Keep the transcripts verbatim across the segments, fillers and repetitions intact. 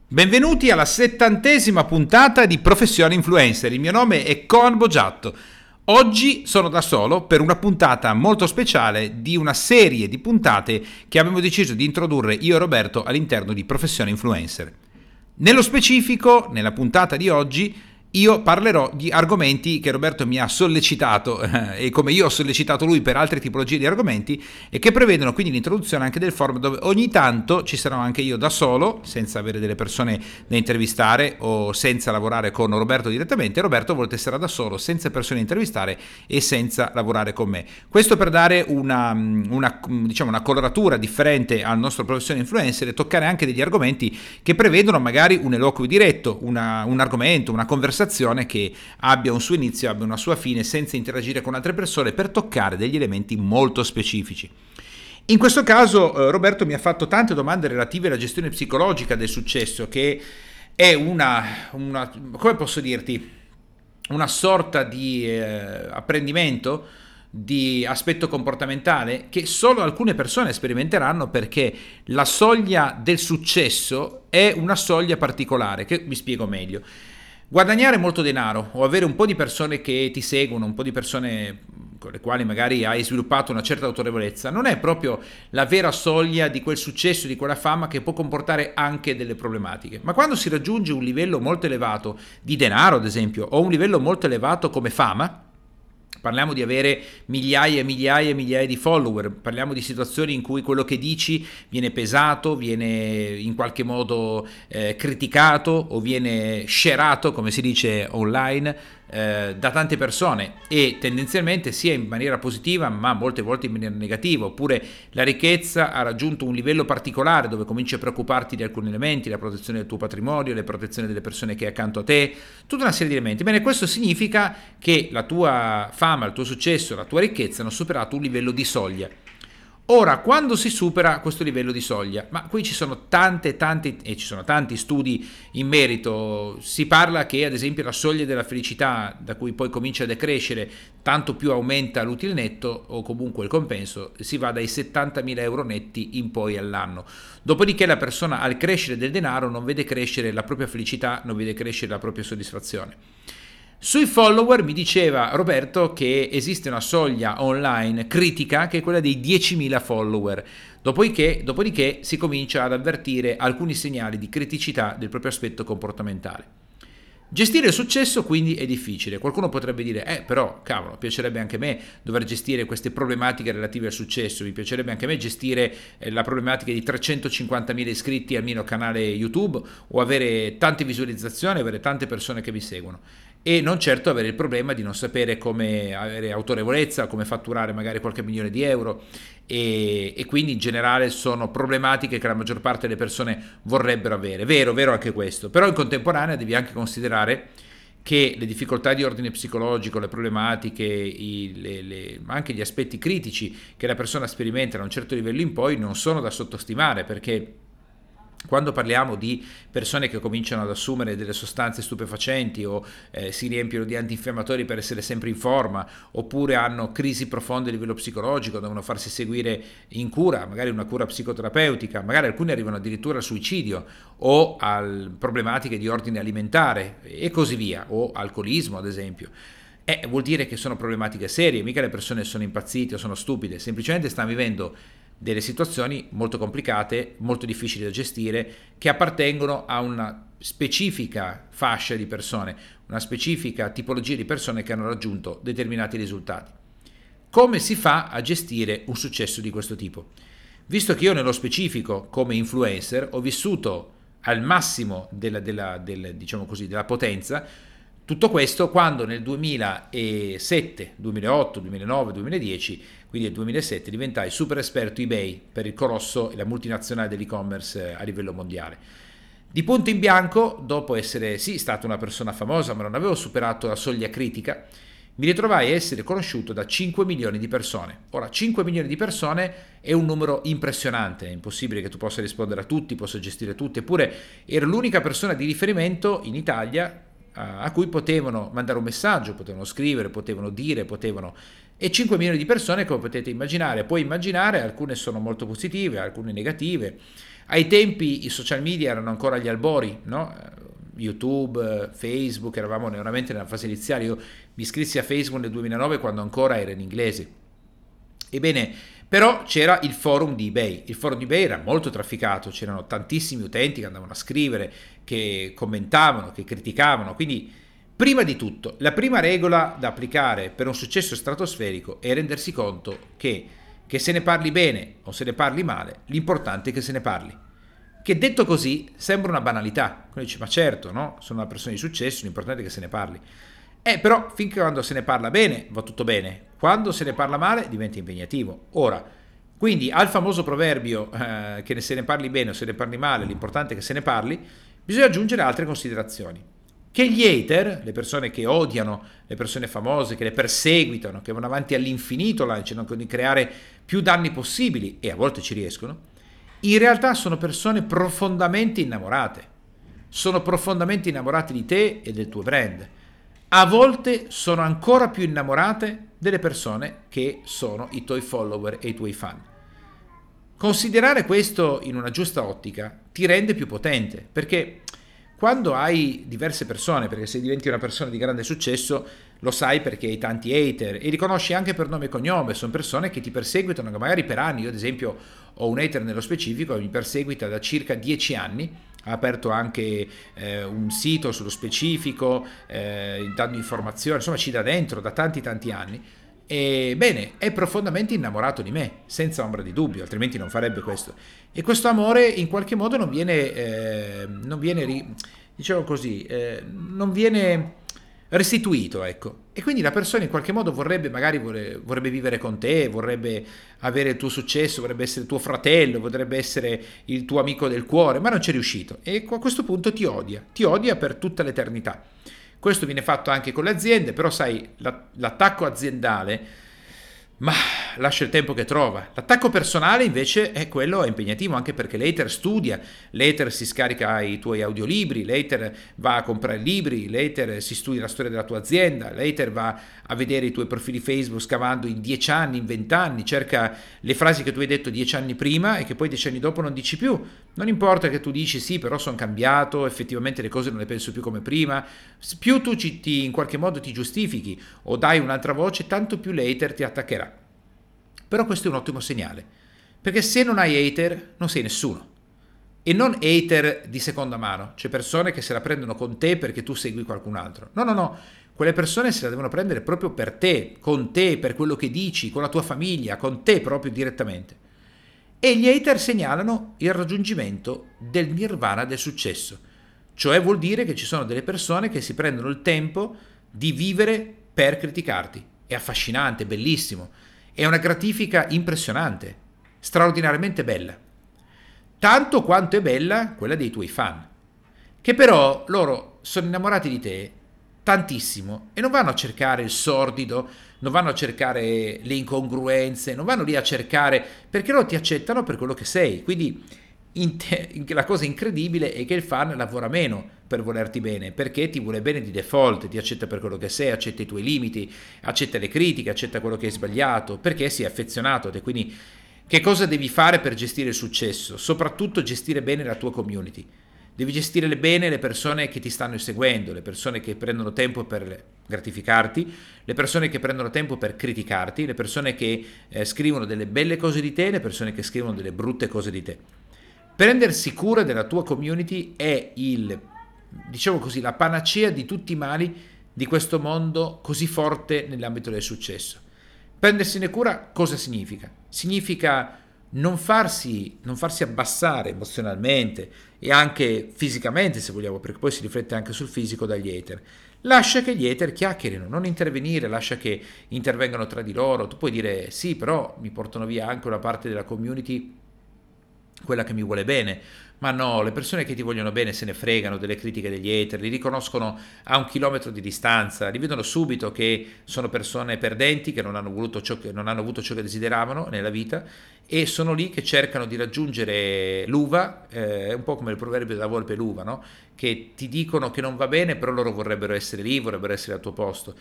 Benvenuti alla settantesima puntata di Professione Influencer. Il mio nome è Coan Bogiatto. Oggi sono da solo per una puntata molto speciale di una serie di puntate che abbiamo deciso di introdurre io e Roberto all'interno di Professione Influencer. Nello specifico, nella puntata di oggi, io parlerò di argomenti che Roberto mi ha sollecitato eh, e come io ho sollecitato lui per altre tipologie di argomenti e che prevedono quindi l'introduzione anche del forum dove ogni tanto ci sarò anche io da solo, senza avere delle persone da intervistare o senza lavorare con Roberto direttamente. Roberto a volte sarà da solo, senza persone da intervistare e senza lavorare con me. Questo per dare una, una, diciamo una coloratura differente al nostro Professione Influencer e toccare anche degli argomenti che prevedono magari un eloquio diretto, una, un argomento, una conversazione che abbia un suo inizio, abbia una sua fine, senza interagire con altre persone, per toccare degli elementi molto specifici. In questo caso eh, Roberto mi ha fatto tante domande relative alla gestione psicologica del successo, che è una, una come posso dirti, una sorta di eh, apprendimento di aspetto comportamentale che solo alcune persone sperimenteranno, perché la soglia del successo è una soglia particolare, che vi spiego meglio. Guadagnare molto denaro o avere un po' di persone che ti seguono, un po' di persone con le quali magari hai sviluppato una certa autorevolezza, non è proprio la vera soglia di quel successo, di quella fama, che può comportare anche delle problematiche. Ma quando si raggiunge un livello molto elevato di denaro, ad esempio, o un livello molto elevato come fama, parliamo di avere migliaia e migliaia e migliaia di follower, parliamo di situazioni in cui quello che dici viene pesato, viene in qualche modo eh, criticato o viene shareato, come si dice online, eh, da tante persone, e tendenzialmente sia in maniera positiva ma molte volte in maniera negativa. Oppure la ricchezza ha raggiunto un livello particolare dove cominci a preoccuparti di alcuni elementi, la protezione del tuo patrimonio, la protezione delle persone che hai accanto a te, tutta una serie di elementi. Bene, questo significa che la tua fama, il tuo successo, la tua ricchezza hanno superato un livello di soglia. Ora, quando si supera questo livello di soglia? Ma qui ci sono tante, tante, e ci sono tanti studi in merito. Si parla che, ad esempio, la soglia della felicità, da cui poi comincia a decrescere, tanto più aumenta l'utile netto o comunque il compenso, si va dai settantamila euro netti in poi all'anno. Dopodiché la persona, al crescere del denaro, non vede crescere la propria felicità, non vede crescere la propria soddisfazione. Sui follower mi diceva Roberto che esiste una soglia online critica, che è quella dei diecimila follower, dopodiché, dopodiché si comincia ad avvertire alcuni segnali di criticità del proprio aspetto comportamentale. Gestire il successo quindi è difficile. Qualcuno potrebbe dire, eh però cavolo, piacerebbe anche a me dover gestire queste problematiche relative al successo, mi piacerebbe anche a me gestire eh, la problematica di trecentocinquantamila iscritti al mio canale YouTube, o avere tante visualizzazioni, avere tante persone che mi seguono, e non certo avere il problema di non sapere come avere autorevolezza, come fatturare magari qualche milione di euro, e, e quindi in generale sono problematiche che la maggior parte delle persone vorrebbero avere. Vero, vero anche questo, però in contemporanea devi anche considerare che le difficoltà di ordine psicologico, le problematiche, i, le, le, ma anche gli aspetti critici che la persona sperimenta da un certo livello in poi non sono da sottostimare, perché quando parliamo di persone che cominciano ad assumere delle sostanze stupefacenti o eh, si riempiono di antinfiammatori per essere sempre in forma, oppure hanno crisi profonde a livello psicologico, devono farsi seguire in cura, magari una cura psicoterapeutica, magari alcuni arrivano addirittura al suicidio o a problematiche di ordine alimentare e così via, o alcolismo ad esempio. Eh, vuol dire che sono problematiche serie, mica le persone sono impazzite o sono stupide, semplicemente stanno vivendo delle situazioni molto complicate, molto difficili da gestire, che appartengono a una specifica fascia di persone, una specifica tipologia di persone che hanno raggiunto determinati risultati. Come si fa a gestire un successo di questo tipo? Visto che io nello specifico, come influencer, ho vissuto al massimo della, della, del, diciamo così, della potenza, tutto questo quando nel duemilasette, duemilaotto, duemilanove, duemiladieci, quindi nel duemilasette, diventai super esperto eBay per il colosso e la multinazionale dell'e-commerce a livello mondiale. Di punto in bianco, dopo essere sì stata una persona famosa, ma non avevo superato la soglia critica, mi ritrovai a essere conosciuto da cinque milioni di persone. Ora, cinque milioni di persone è un numero impressionante, è impossibile che tu possa rispondere a tutti, possa gestire tutti, eppure ero l'unica persona di riferimento in Italia a cui potevano mandare un messaggio, potevano scrivere, potevano dire, potevano... E cinque milioni di persone, come potete immaginare, puoi immaginare, alcune sono molto positive, alcune negative, Ai tempi i social media erano ancora agli albori, no? YouTube, Facebook, eravamo veramente nella fase iniziale. Io mi iscrissi a Facebook nel duemilanove quando ancora era in inglese. Ebbene, però c'era il forum di eBay. Il forum di eBay era molto trafficato, c'erano tantissimi utenti che andavano a scrivere, che commentavano, che criticavano. Quindi, prima di tutto, la prima regola da applicare per un successo stratosferico è rendersi conto che, che se ne parli bene o se ne parli male, l'importante è che se ne parli. Che detto così sembra una banalità. Quindi dici, ma certo, no? Sono una persona di successo, l'importante è che se ne parli. Eh, però finché quando se ne parla bene va tutto bene, quando se ne parla male diventa impegnativo. Ora, quindi al famoso proverbio eh, che se ne parli bene o se ne parli male, l'importante è che se ne parli, bisogna aggiungere altre considerazioni. Che gli hater, le persone che odiano le persone famose, che le perseguitano, che vanno avanti all'infinito, cercano di creare più danni possibili, e a volte ci riescono, in realtà sono persone profondamente innamorate. Sono profondamente innamorate di te e del tuo brand. A volte sono ancora più innamorate delle persone che sono i tuoi follower e i tuoi fan. Considerare questo in una giusta ottica ti rende più potente, perché quando hai diverse persone, perché se diventi una persona di grande successo, lo sai perché hai tanti hater e li conosci anche per nome e cognome, sono persone che ti perseguitano magari per anni. Io ad esempio ho un hater nello specifico che mi perseguita da circa dieci anni, ha aperto anche eh, un sito sullo specifico, eh, dando informazioni, insomma ci dà dentro da tanti tanti anni. E bene, è profondamente innamorato di me, senza ombra di dubbio, altrimenti non farebbe questo. E questo amore in qualche modo non viene, eh, non viene, diciamo così, eh, non viene restituito, ecco. E quindi la persona in qualche modo vorrebbe, magari vorrebbe, vorrebbe vivere con te, vorrebbe avere il tuo successo, vorrebbe essere tuo fratello, vorrebbe essere il tuo amico del cuore, ma non c'è riuscito. E a questo punto ti odia, ti odia per tutta l'eternità. Questo viene fatto anche con le aziende, però sai, l'attacco aziendale, ma lascia il tempo che trova. L'attacco personale invece è quello, è impegnativo, anche perché l'hater studia, l'hater si scarica i tuoi audiolibri, l'hater va a comprare libri, l'hater si studia la storia della tua azienda, l'hater va a vedere i tuoi profili Facebook scavando in dieci anni, in venti anni, cerca le frasi che tu hai detto dieci anni prima e che poi dieci anni dopo non dici più. Non importa che tu dici sì, però sono cambiato, effettivamente le cose non le penso più come prima. Più tu ci, ti, in qualche modo ti giustifichi o dai un'altra voce, tanto più l'hater ti attaccherà. Però questo è un ottimo segnale, perché se non hai hater non sei nessuno. E non hater di seconda mano, cioè persone che se la prendono con te perché tu segui qualcun altro. No, no, no, quelle persone se la devono prendere proprio per te, con te, per quello che dici, con la tua famiglia, con te proprio direttamente. E gli hater segnalano il raggiungimento del nirvana del successo, cioè vuol dire che ci sono delle persone che si prendono il tempo di vivere per criticarti. È affascinante, bellissimo, è una gratifica impressionante, straordinariamente bella. Tanto quanto è bella quella dei tuoi fan, che però loro sono innamorati di te tantissimo e non vanno a cercare il sordido, non vanno a cercare le incongruenze, non vanno lì a cercare, perché loro ti accettano per quello che sei. Quindi in te, in, la cosa incredibile è che il fan lavora meno per volerti bene, perché ti vuole bene di default, ti accetta per quello che sei, accetta i tuoi limiti, accetta le critiche, accetta quello che hai sbagliato, perché si è affezionato a te. Quindi che cosa devi fare per gestire il successo? Soprattutto gestire bene la tua community. Devi gestire bene le persone che ti stanno seguendo, le persone che prendono tempo per gratificarti, le persone che prendono tempo per criticarti, le persone che eh, scrivono delle belle cose di te, le persone che scrivono delle brutte cose di te. Prendersi cura della tua community è il, diciamo così, la panacea di tutti i mali di questo mondo così forte nell'ambito del successo. Prendersene cura cosa significa? Significa non farsi, non farsi abbassare emozionalmente e anche fisicamente, se vogliamo, perché poi si riflette anche sul fisico dagli hater. Lascia che gli hater chiacchierino, non intervenire, lascia che intervengano tra di loro. Tu puoi dire sì, però mi portano via anche una parte della community, quella che mi vuole bene. Ma no, le persone che ti vogliono bene se ne fregano delle critiche degli hater, li riconoscono a un chilometro di distanza, li vedono subito che sono persone perdenti, che non hanno, voluto ciò che, non hanno avuto ciò che desideravano nella vita, e sono lì che cercano di raggiungere l'uva, eh, è un po' come il proverbio della volpe e l'uva, no? Che ti dicono che non va bene, però loro vorrebbero essere lì, vorrebbero essere al tuo posto.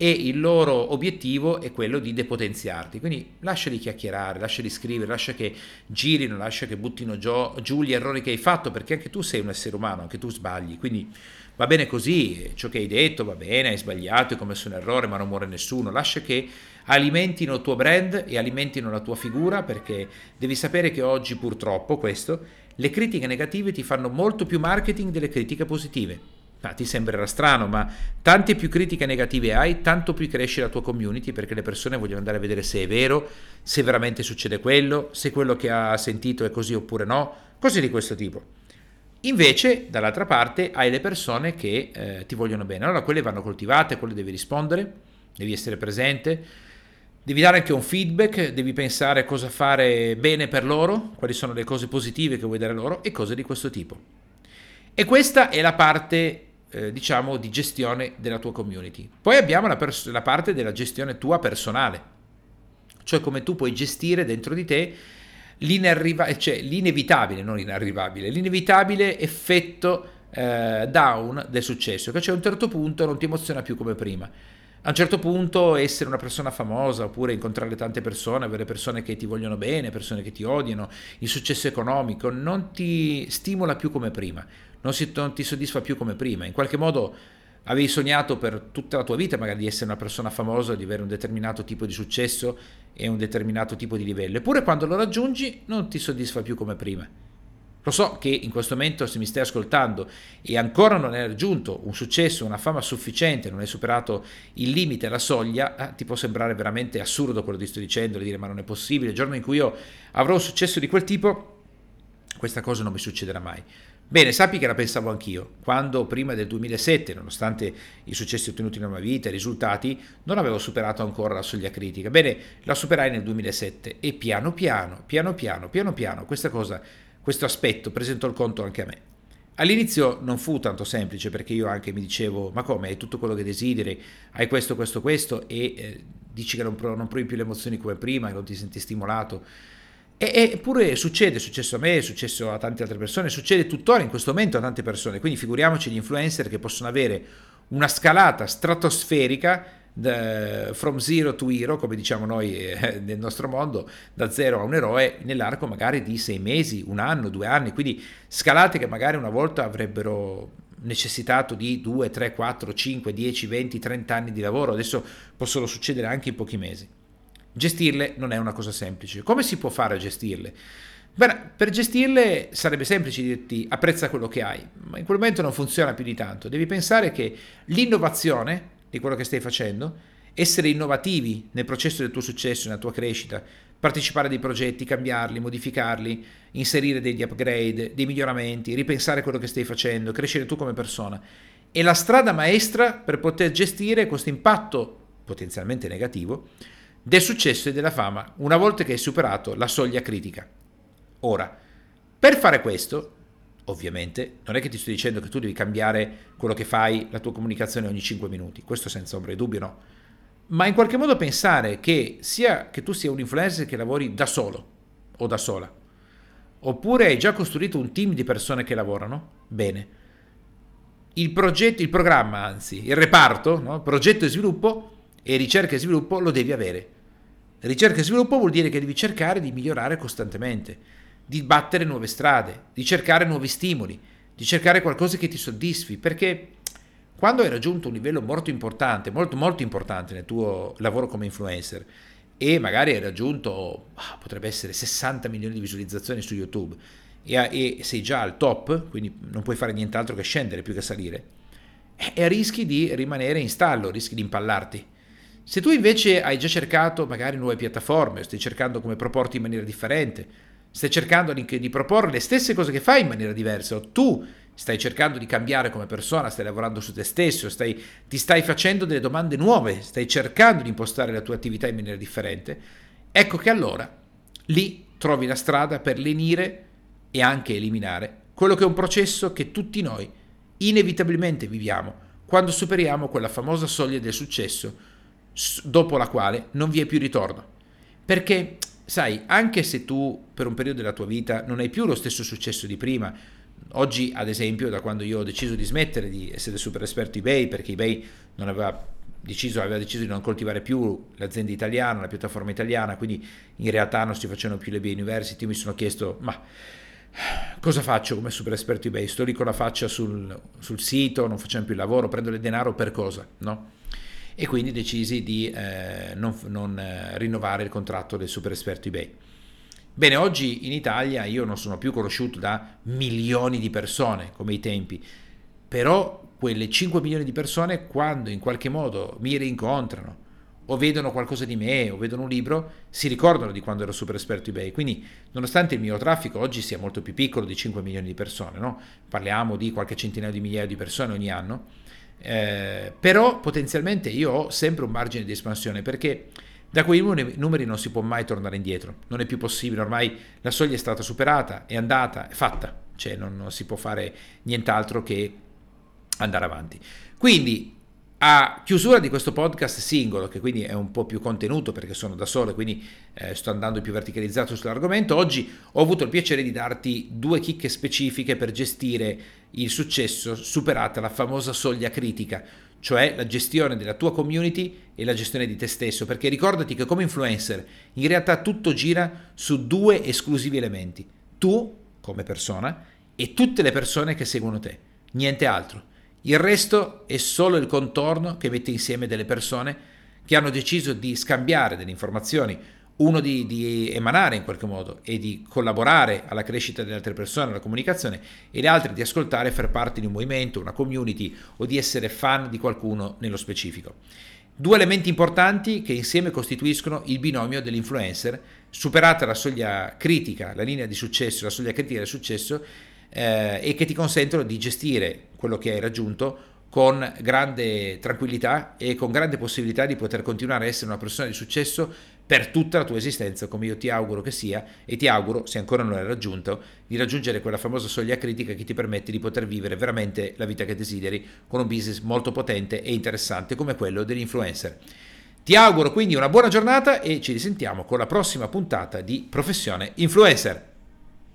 e il loro obiettivo è quello di depotenziarti. Quindi lasciali chiacchierare, lasciali scrivere, lascia che girino, lascia che buttino giù, giù gli errori che hai fatto, perché anche tu sei un essere umano, anche tu sbagli, quindi va bene così, ciò che hai detto va bene, hai sbagliato, hai commesso un errore, ma non muore nessuno. Lascia che alimentino il tuo brand e alimentino la tua figura, perché devi sapere che oggi purtroppo questo, le critiche negative ti fanno molto più marketing delle critiche positive. Ah, ti sembrerà strano, ma tante più critiche negative hai, tanto più cresce la tua community, perché le persone vogliono andare a vedere se è vero, se veramente succede quello, se quello che ha sentito è così oppure no, cose di questo tipo. Invece, dall'altra parte, hai le persone che eh, ti vogliono bene. Allora, quelle vanno coltivate, quelle devi rispondere, devi essere presente, devi dare anche un feedback, devi pensare cosa fare bene per loro, quali sono le cose positive che vuoi dare loro e cose di questo tipo. E questa è la parte, eh, diciamo, di gestione della tua community. Poi abbiamo la, pers- la parte della gestione tua personale, cioè come tu puoi gestire dentro di te l'inarriva- cioè l'inevitabile, non inarrivabile, l'inevitabile effetto eh, down del successo, che cioè a un certo punto non ti emoziona più come prima. A un certo punto essere una persona famosa, oppure incontrare tante persone, avere persone che ti vogliono bene, persone che ti odiano, il successo economico non ti stimola più come prima, non, si, non ti soddisfa più come prima. In qualche modo avevi sognato per tutta la tua vita magari di essere una persona famosa, di avere un determinato tipo di successo e un determinato tipo di livello, eppure quando lo raggiungi non ti soddisfa più come prima. Lo so che in questo momento, se mi stai ascoltando e ancora non hai raggiunto un successo, una fama sufficiente, non hai superato il limite, la soglia, eh, ti può sembrare veramente assurdo quello che ti sto dicendo, di dire ma non è possibile, il giorno in cui io avrò un successo di quel tipo, questa cosa non mi succederà mai. Bene, sappi che la pensavo anch'io, quando prima del duemilasette, nonostante i successi ottenuti nella mia vita, i risultati, non avevo superato ancora la soglia critica. Bene, la superai nel duemilasette e piano piano, piano piano, piano piano, questa cosa... Questo aspetto presentò il conto anche a me. All'inizio non fu tanto semplice, perché io anche mi dicevo ma come, hai tutto quello che desideri, hai questo, questo, questo e eh, dici che non, prov- non provi più le emozioni come prima e non ti senti stimolato. E, eppure succede, è successo a me, è successo a tante altre persone, succede tuttora in questo momento a tante persone, quindi figuriamoci gli influencer che possono avere una scalata stratosferica The, from zero to hero, come diciamo noi eh, nel nostro mondo, da zero a un eroe nell'arco magari di sei mesi, un anno, due anni, quindi scalate che magari una volta avrebbero necessitato di due, tre, quattro, cinque, dieci, venti, trenta anni di lavoro, adesso possono succedere anche in pochi mesi. Gestirle non è una cosa semplice. Come si può fare a gestirle? Beh, per gestirle sarebbe semplice dirti apprezza quello che hai, ma in quel momento non funziona più di tanto. Devi pensare che l'innovazione di quello che stai facendo, essere innovativi nel processo del tuo successo, nella tua crescita, partecipare a dei progetti, cambiarli, modificarli, inserire degli upgrade, dei miglioramenti, ripensare quello che stai facendo, crescere tu come persona. È la strada maestra per poter gestire questo impatto potenzialmente negativo del successo e della fama una volta che hai superato la soglia critica. Ora, per fare questo, ovviamente, non è che ti sto dicendo che tu devi cambiare quello che fai, la tua comunicazione ogni cinque minuti, questo senza ombra di dubbio no, ma in qualche modo pensare che sia che tu sia un influencer che lavori da solo o da sola, oppure hai già costruito un team di persone che lavorano, bene, il progetto, il programma, anzi, il reparto, no? Progetto e sviluppo e ricerca e sviluppo lo devi avere. Ricerca e sviluppo vuol dire che devi cercare di migliorare costantemente, di battere nuove strade, di cercare nuovi stimoli, di cercare qualcosa che ti soddisfi, perché quando hai raggiunto un livello molto importante, molto molto importante nel tuo lavoro come influencer e magari hai raggiunto, potrebbe essere sessanta milioni di visualizzazioni su YouTube e, e sei già al top, quindi non puoi fare nient'altro che scendere più che salire, e rischi di rimanere in stallo, rischi di impallarti. Se tu invece hai già cercato magari nuove piattaforme, stai cercando come proporti in maniera differente, stai cercando di, di proporre le stesse cose che fai in maniera diversa, o tu stai cercando di cambiare come persona, stai lavorando su te stesso, stai, ti stai facendo delle domande nuove, stai cercando di impostare la tua attività in maniera differente, ecco che allora lì trovi la strada per lenire e anche eliminare quello che è un processo che tutti noi inevitabilmente viviamo quando superiamo quella famosa soglia del successo dopo la quale non vi è più ritorno. Perché sai, anche se tu per un periodo della tua vita non hai più lo stesso successo di prima, oggi ad esempio da quando io ho deciso di smettere di essere super esperto eBay perché eBay non aveva deciso, aveva deciso di non coltivare più l'azienda italiana, la piattaforma italiana, quindi in realtà non si facevano più le B I University. Io mi sono chiesto, ma cosa faccio come super esperto eBay? Sto lì con la faccia sul, sul sito, non facciamo più il lavoro, prendo il denaro per cosa? No? E quindi decisi di eh, non, non eh, rinnovare il contratto del super esperto eBay. Bene, oggi in Italia io non sono più conosciuto da milioni di persone come ai tempi, però quelle cinque milioni di persone, quando in qualche modo mi rincontrano o vedono qualcosa di me o vedono un libro, si ricordano di quando ero super esperto eBay. Quindi nonostante il mio traffico oggi sia molto più piccolo di cinque milioni di persone, no? Parliamo di qualche centinaio di migliaia di persone ogni anno, eh, però potenzialmente io ho sempre un margine di espansione, perché da quei numeri non si può mai tornare indietro, non è più possibile, ormai la soglia è stata superata, è andata, è fatta, cioè non, non si può fare nient'altro che andare avanti. Quindi a chiusura di questo podcast singolo, che quindi è un po' più contenuto perché sono da solo e quindi eh, sto andando più verticalizzato sull'argomento, oggi ho avuto il piacere di darti due chicche specifiche per gestire il successo superata la famosa soglia critica, cioè la gestione della tua community e la gestione di te stesso, perché ricordati che come influencer in realtà tutto gira su due esclusivi elementi: tu come persona e tutte le persone che seguono te, niente altro. Il resto è solo il contorno che mette insieme delle persone che hanno deciso di scambiare delle informazioni, uno di, di emanare in qualche modo e di collaborare alla crescita delle altre persone, alla comunicazione, e le altre di ascoltare e far parte di un movimento, una community o di essere fan di qualcuno nello specifico. Due elementi importanti che insieme costituiscono il binomio dell'influencer, superata la soglia critica, la linea di successo, la soglia critica del successo, eh, e che ti consentono di gestire quello che hai raggiunto con grande tranquillità e con grande possibilità di poter continuare a essere una persona di successo per tutta la tua esistenza, come io ti auguro che sia, e ti auguro, se ancora non l'hai raggiunto, di raggiungere quella famosa soglia critica che ti permette di poter vivere veramente la vita che desideri con un business molto potente e interessante come quello dell'influencer. Ti auguro quindi una buona giornata e ci risentiamo con la prossima puntata di Professione Influencer.